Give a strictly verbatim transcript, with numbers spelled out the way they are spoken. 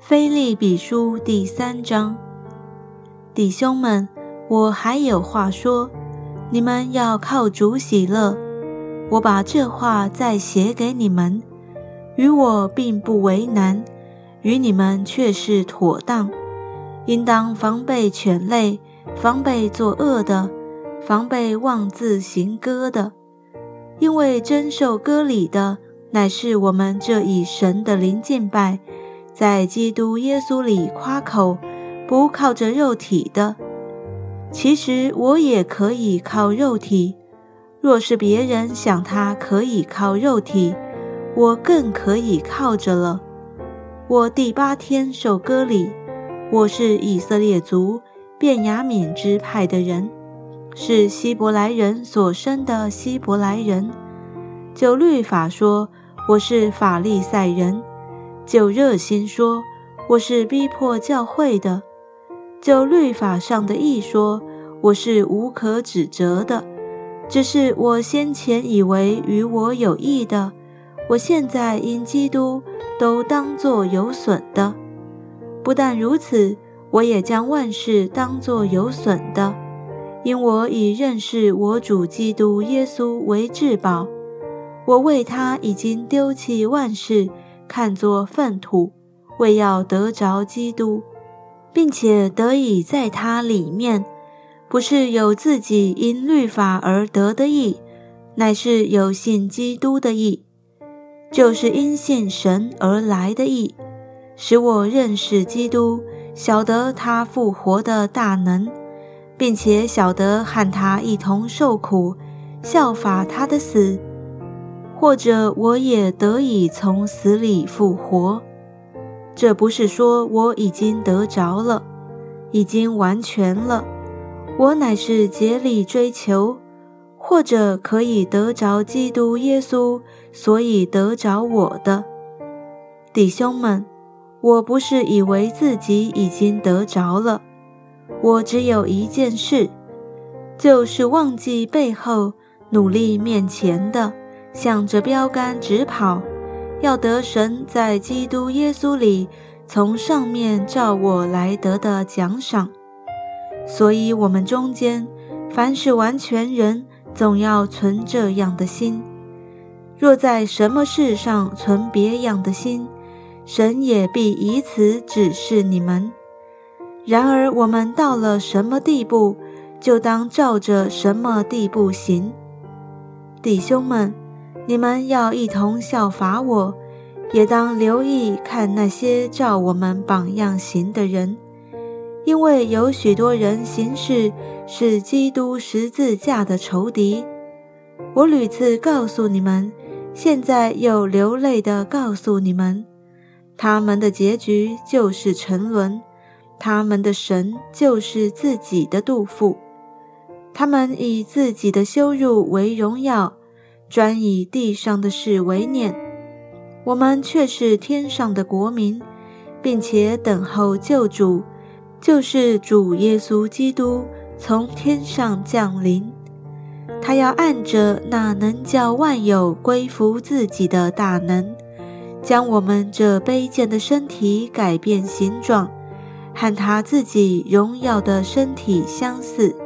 腓立比书第三章。弟兄们，我还有话说，你们要靠主喜乐。我把这话再写给你们，与我并不为难，与你们却是妥当。应当防备犬类，防备作恶的，防备妄自行割的。因为真受割礼的，乃是我们这以神的灵敬拜，在基督耶稣里夸口，不靠着肉体的。其实我也可以靠肉体，若是别人想他可以靠肉体，我更可以靠着了。我第八天受割礼，我是以色列族便雅悯支派的人，是希伯来人所生的希伯来人。就律法说，我是法利赛人；就热心说，我是逼迫教会的；就律法上的义说，我是无可指责的。只是我先前以为与我有益的，我现在因基督都当作有损的。不但如此，我也将万事当作有损的，因我以认识我主基督耶稣为至宝。我为他已经丢弃万事，看作粪土，为要得着基督，并且得以在他里面，不是有自己因律法而得的义，乃是有信基督的义，就是因信神而来的义，使我认识基督，晓得他复活的大能，并且晓得和他一同受苦，效法他的死，或者我也得以从死里复活。这不是说我已经得着了，已经完全了，我乃是竭力追求，或者可以得着基督耶稣，所以得着我的。弟兄们，我不是以为自己已经得着了，我只有一件事，就是忘记背后，努力面前的，向着标杆直跑，要得神在基督耶稣里从上面照我来得的奖赏。所以我们中间凡是完全人，总要存这样的心。若在什么事上存别样的心，神也必以此指示你们。然而我们到了什么地步，就当照着什么地步行。弟兄们，你们要一同效法我，也当留意看那些照我们榜样行的人，因为有许多人行事是基督十字架的仇敌。我屡次告诉你们，现在又流泪地告诉你们，他们的结局就是沉沦，他们的神就是自己的肚腹。他们以自己的羞辱为荣耀，专以地上的事为念。我们却是天上的国民，并且等候救主，就是主耶稣基督从天上降临。他要按着那能叫万有归服自己的大能，将我们这卑贱的身体改变形状，和他自己荣耀的身体相似。